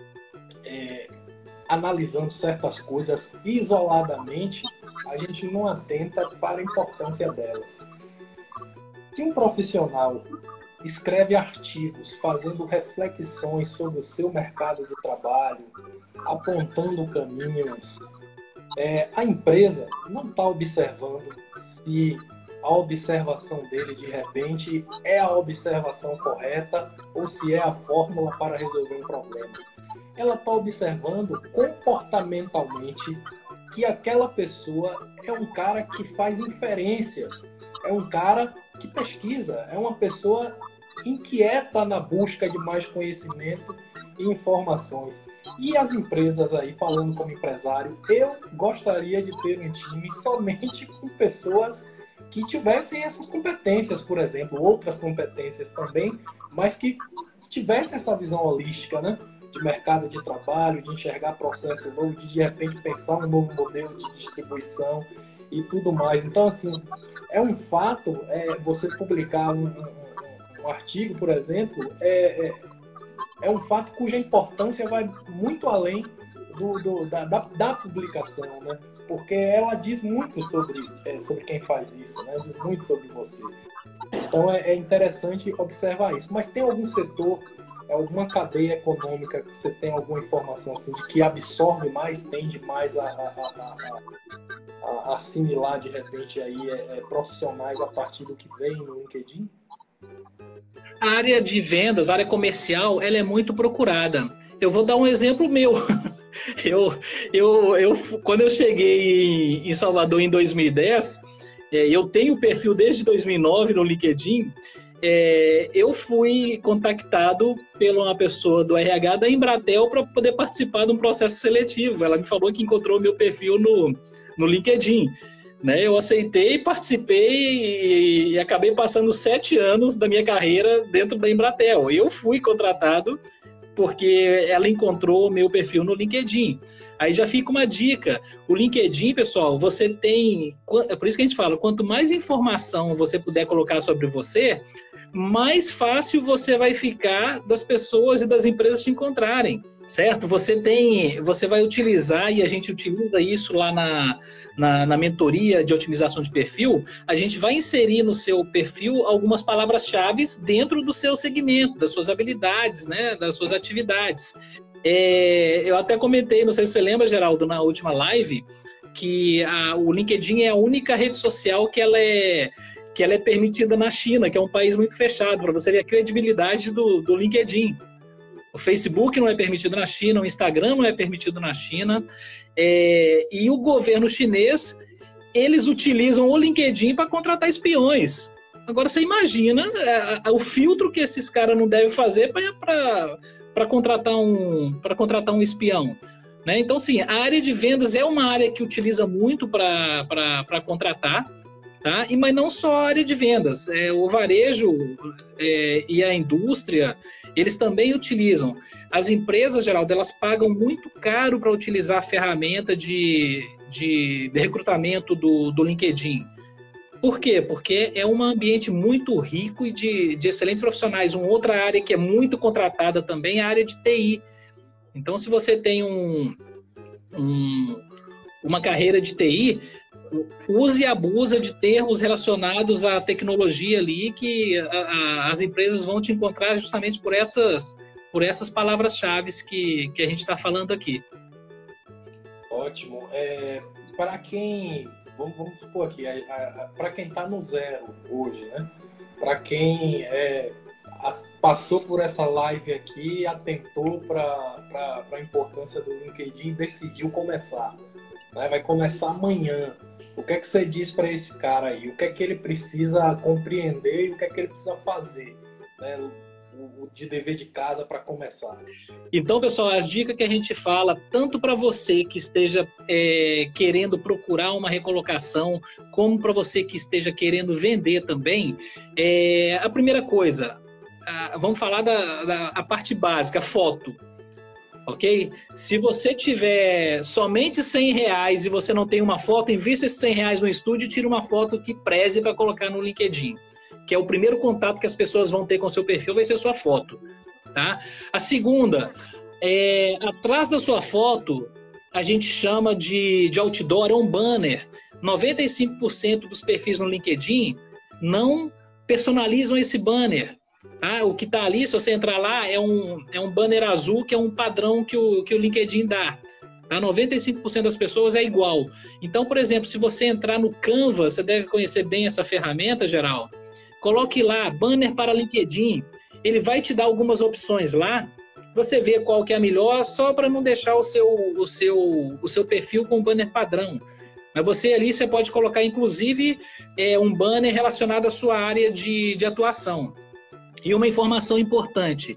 analisando certas coisas isoladamente, a gente não atenta para a importância delas. Se um profissional escreve artigos fazendo reflexões sobre o seu mercado de trabalho, apontando caminhos, a empresa não está observando se a observação dele, de repente, é a observação correta ou se é a fórmula para resolver um problema. Ela está observando comportamentalmente que aquela pessoa é um cara que faz inferências, é um cara que pesquisa, é uma pessoa inquieta na busca de mais conhecimento e informações. E as empresas aí, falando como empresário, eu gostaria de ter um time somente com pessoas que tivessem essas competências, por exemplo, outras competências também, mas que tivessem essa visão holística, né? De mercado de trabalho, de enxergar processo novo, de repente pensar um novo modelo de distribuição e tudo mais. Então, assim, é um fato, você publicar um artigo, por exemplo, é um fato cuja importância vai muito além da publicação, né? Porque ela diz muito sobre quem faz isso, né? Diz muito sobre você. Então é interessante observar isso. Mas tem algum setor, alguma cadeia econômica que você tem alguma informação assim, de que absorve mais, tende mais a assimilar de repente aí, profissionais a partir do que vem no LinkedIn? A área de vendas, a área comercial, ela é muito procurada. Eu vou dar um exemplo meu. Quando eu cheguei em Salvador em 2010, eu tenho o perfil desde 2009 no LinkedIn. Eu fui contactado por uma pessoa do RH da Embratel para poder participar de um processo seletivo. Ela me falou que encontrou meu perfil no LinkedIn. Né? Eu aceitei, participei e acabei passando 7 anos da minha carreira dentro da Embratel. Eu fui contratado porque ela encontrou o meu perfil no LinkedIn. Aí já fica uma dica. O LinkedIn, pessoal, você tem... É por isso que a gente fala, quanto mais informação você puder colocar sobre você, mais fácil você vai ficar das pessoas e das empresas te encontrarem, certo? Você vai utilizar, e a gente utiliza isso lá na mentoria de otimização de perfil, a gente vai inserir no seu perfil algumas palavras-chave dentro do seu segmento, das suas habilidades, né, das suas atividades. Eu até comentei, não sei se você lembra, Geraldo, na última live, que o LinkedIn é a única rede social que ela é permitida na China, que é um país muito fechado, para você ver a credibilidade do LinkedIn. O Facebook não é permitido na China, o Instagram não é permitido na China, e o governo chinês, eles utilizam o LinkedIn para contratar espiões. Agora você imagina o filtro que esses caras não devem fazer para contratar um espião. Né? Então, sim, a área de vendas é uma área que utiliza muito para contratar, tá? Mas não só a área de vendas, o varejo e a indústria, eles também utilizam. As empresas, Geraldo, elas pagam muito caro para utilizar a ferramenta de recrutamento do LinkedIn. Por quê? Porque é um ambiente muito rico e de excelentes profissionais. Uma outra área que é muito contratada também é a área de TI. Então, se você tem uma carreira de TI, use e abusa de termos relacionados à tecnologia ali, que as empresas vão te encontrar justamente por essas palavras-chave que a gente está falando aqui. Ótimo. Para quem, vamos supor aqui, para quem está no zero hoje, né? Para quem passou por essa live aqui, atentou para a importância do LinkedIn e decidiu começar. Né? Vai começar amanhã. O que é que você diz para esse cara aí? O que é que ele precisa compreender e o que é que ele precisa fazer? Né? De dever de casa para começar. Então, pessoal, as dicas que a gente fala, tanto para você que esteja querendo procurar uma recolocação, como para você que esteja querendo vender também, a primeira coisa, vamos falar da parte básica, foto. ok? Se você tiver somente R$100 e você não tem uma foto, invista esses R$100 no estúdio e tira uma foto que preze para colocar no LinkedIn, que é o primeiro contato que as pessoas vão ter com o seu perfil, vai ser a sua foto, tá? A segunda, atrás da sua foto, a gente chama de outdoor, é um banner. 95% dos perfis no LinkedIn não personalizam esse banner. Tá? O que está ali, se você entrar lá, é um banner azul, que é um padrão que o LinkedIn dá. Tá? 95% das pessoas é igual. Então, por exemplo, se você entrar no Canva, você deve conhecer bem essa ferramenta, Geraldo. Coloque lá, banner para LinkedIn. Ele vai te dar algumas opções lá. Você vê qual que é a melhor, só para não deixar o seu perfil com banner padrão. Mas você pode colocar, inclusive, um banner relacionado à sua área de atuação. E uma informação importante,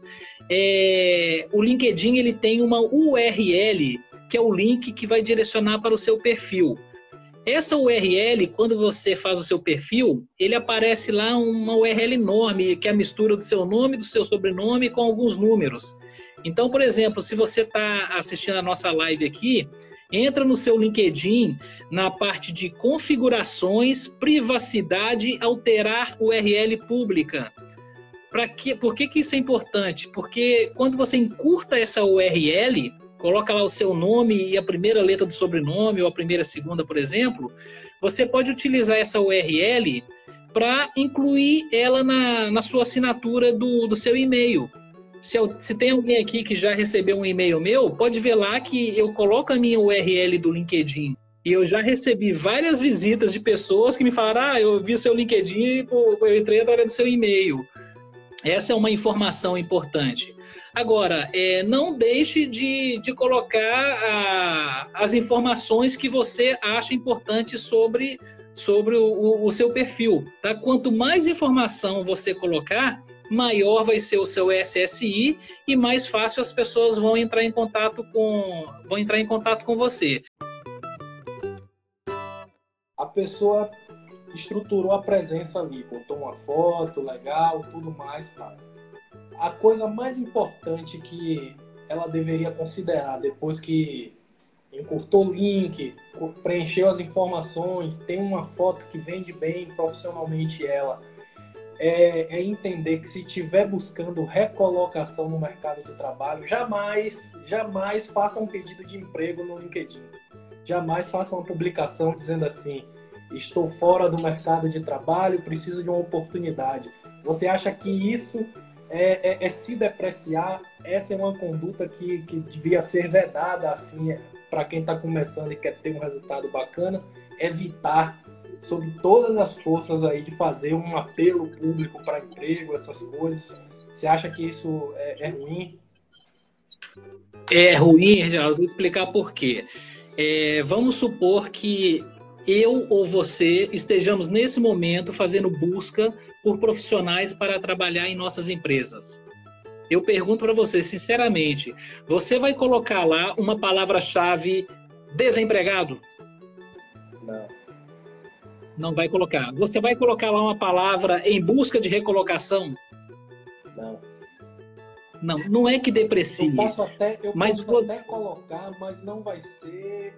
o LinkedIn ele tem uma URL, que é o link que vai direcionar para o seu perfil. Essa URL, quando você faz o seu perfil, ele aparece lá uma URL enorme, que é a mistura do seu nome, do seu sobrenome com alguns números. Então, por exemplo, se você está assistindo a nossa live aqui, entra no seu LinkedIn, na parte de configurações, privacidade, alterar URL pública. Por que isso é importante? Porque quando você encurta essa URL, coloca lá o seu nome e a primeira letra do sobrenome, ou a primeira e segunda, por exemplo, você pode utilizar essa URL para incluir ela na sua assinatura do seu e-mail. Se tem alguém aqui que já recebeu um e-mail meu, pode ver lá que eu coloco a minha URL do LinkedIn. E eu já recebi várias visitas de pessoas que me falaram: eu vi seu LinkedIn, eu entrei através do seu e-mail. Essa é uma informação importante. Agora, não deixe de colocar as informações que você acha importantes sobre o seu perfil. Tá? Quanto mais informação você colocar, maior vai ser o seu SSI e mais fácil as pessoas vão entrar em contato com você. A pessoa estruturou a presença ali, botou uma foto legal, tudo mais, cara. A coisa mais importante que ela deveria considerar depois que encurtou o link, preencheu as informações, tem uma foto que vende bem profissionalmente ela, é entender que se estiver buscando recolocação no mercado de trabalho, jamais faça um pedido de emprego no LinkedIn. Jamais faça uma publicação dizendo assim: estou fora do mercado de trabalho, preciso de uma oportunidade. Você acha que isso é se depreciar? Essa é uma conduta que devia ser vedada assim, para quem está começando e quer ter um resultado bacana, evitar sob todas as forças aí de fazer um apelo público para emprego, essas coisas. Você acha que isso é ruim? É ruim, Geraldo. Vou explicar por quê. Vamos supor que eu ou você estejamos nesse momento fazendo busca por profissionais para trabalhar em nossas empresas. Eu pergunto para você, sinceramente, você vai colocar lá uma palavra-chave desempregado? Não. Não vai colocar. Você vai colocar lá uma palavra em busca de recolocação? Não. Não é que deprecie. Eu posso até colocar, mas não vai ser...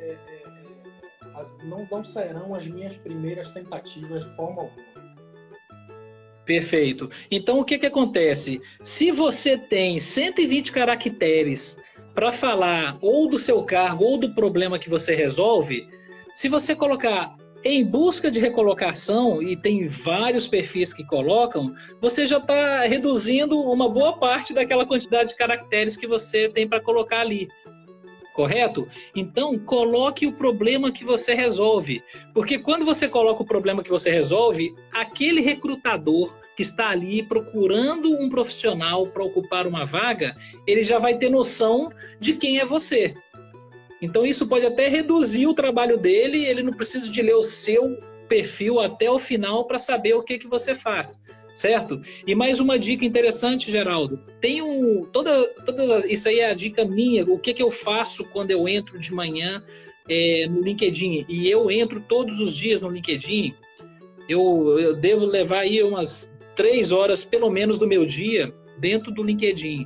não serão as minhas primeiras tentativas de forma alguma. Perfeito. Então, o que acontece? Se você tem 120 caracteres para falar ou do seu cargo ou do problema que você resolve, se você colocar em busca de recolocação, e tem vários perfis que colocam, você já está reduzindo uma boa parte daquela quantidade de caracteres que você tem para colocar ali. Correto? Então, coloque o problema que você resolve. Porque quando você coloca o problema que você resolve, aquele recrutador que está ali procurando um profissional para ocupar uma vaga, ele já vai ter noção de quem é você. Então, isso pode até reduzir o trabalho dele, ele não precisa de ler o seu perfil até o final para saber o que você faz. Certo? E mais uma dica interessante, Geraldo. Isso aí é a dica minha. O que eu faço quando eu entro de manhã no LinkedIn? E eu entro todos os dias no LinkedIn. Eu devo levar aí umas 3 horas, pelo menos, do meu dia dentro do LinkedIn.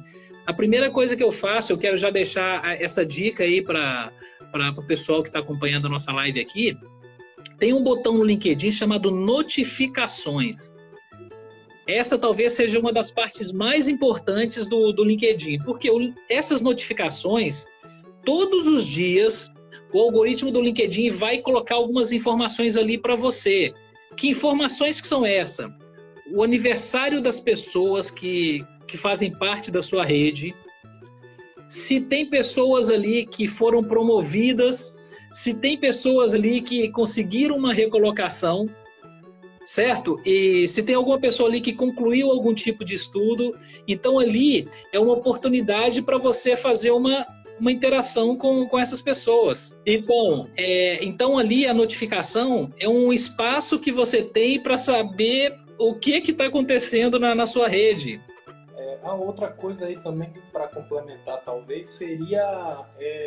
A primeira coisa que eu faço, eu quero já deixar essa dica aí para o pessoal que está acompanhando a nossa live aqui. Tem um botão no LinkedIn chamado notificações. Essa talvez seja uma das partes mais importantes do LinkedIn, porque essas notificações, todos os dias, o algoritmo do LinkedIn vai colocar algumas informações ali para você. Que informações que são essas? O aniversário das pessoas que fazem parte da sua rede, se tem pessoas ali que foram promovidas, se tem pessoas ali que conseguiram uma recolocação, certo? E se tem alguma pessoa ali que concluiu algum tipo de estudo, então ali é uma oportunidade para você fazer uma interação com essas pessoas. Então ali a notificação é um espaço que você tem para saber o que está acontecendo na sua rede. A outra coisa aí também, para complementar, talvez, seria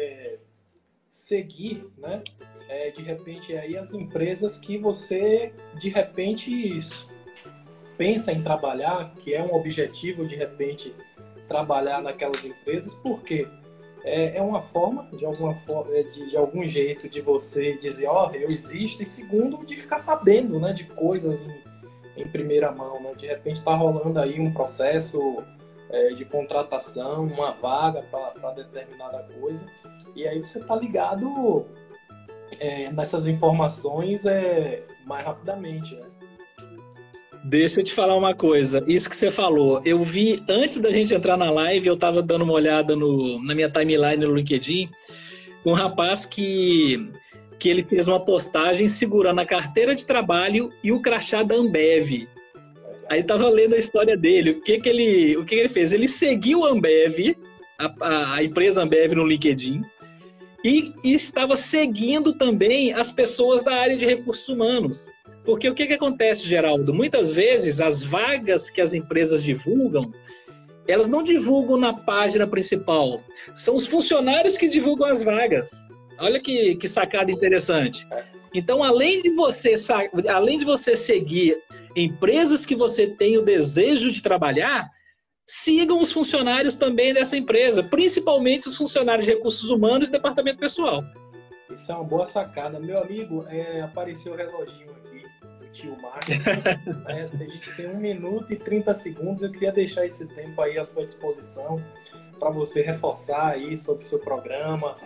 seguir, né? De repente, aí as empresas que você, de repente, pensa em trabalhar, que é um objetivo, de repente, trabalhar naquelas empresas, porque é uma forma, de algum jeito, de você dizer, eu existo, e segundo, de ficar sabendo, né, de coisas em primeira mão, né? De repente está rolando aí um processo de contratação, uma vaga para determinada coisa, e aí você está ligado nessas informações mais rapidamente, né? Deixa eu te falar uma coisa, isso que você falou, eu vi, antes da gente entrar na live, eu estava dando uma olhada na minha timeline no LinkedIn, um rapaz que ele fez uma postagem segurando a carteira de trabalho e o crachá da Ambev. Aí estava lendo a história dele, o que ele fez? Ele seguiu a Ambev, a empresa Ambev no LinkedIn, e estava seguindo também as pessoas da área de recursos humanos. Porque o que acontece, Geraldo? Muitas vezes as vagas que as empresas divulgam, elas não divulgam na página principal. São os funcionários que divulgam as vagas. Olha que sacada interessante. Então, além de você seguir empresas que você tem o desejo de trabalhar, sigam os funcionários também dessa empresa, principalmente os funcionários de recursos humanos e departamento pessoal. Isso é uma boa sacada. Meu amigo, apareceu o reloginho aqui, o tio Marcos. A gente tem 1 minuto e 30 segundos. Eu queria deixar esse tempo aí à sua disposição para você reforçar aí sobre o seu programa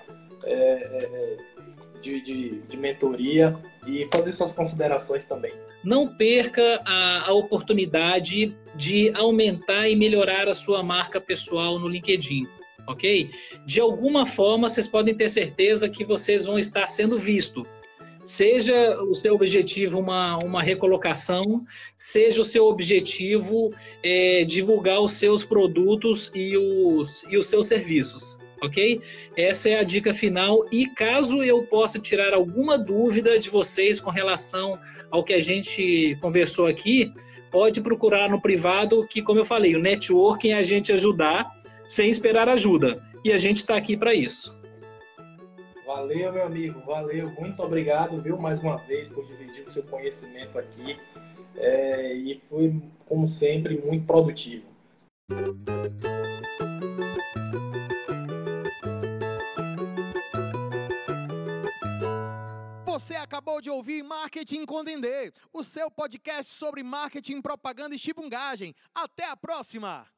de mentoria e fazer suas considerações também. Não perca a oportunidade de aumentar e melhorar a sua marca pessoal no LinkedIn. Ok? De alguma forma, vocês podem ter certeza que vocês vão estar sendo vistos. Seja o seu objetivo uma recolocação, seja o seu objetivo divulgar os seus produtos e os seus serviços. Ok? Essa é a dica final. E caso eu possa tirar alguma dúvida de vocês com relação ao que a gente conversou aqui, pode procurar no privado, que, como eu falei, o networking é a gente ajudar sem esperar ajuda. E a gente está aqui para isso. Valeu, meu amigo. Valeu. Muito obrigado, viu, mais uma vez, por dividir o seu conhecimento aqui. E foi, como sempre, muito produtivo. Você acabou de ouvir Marketing com Dendê, o seu podcast sobre marketing, propaganda e chibungagem. Até a próxima!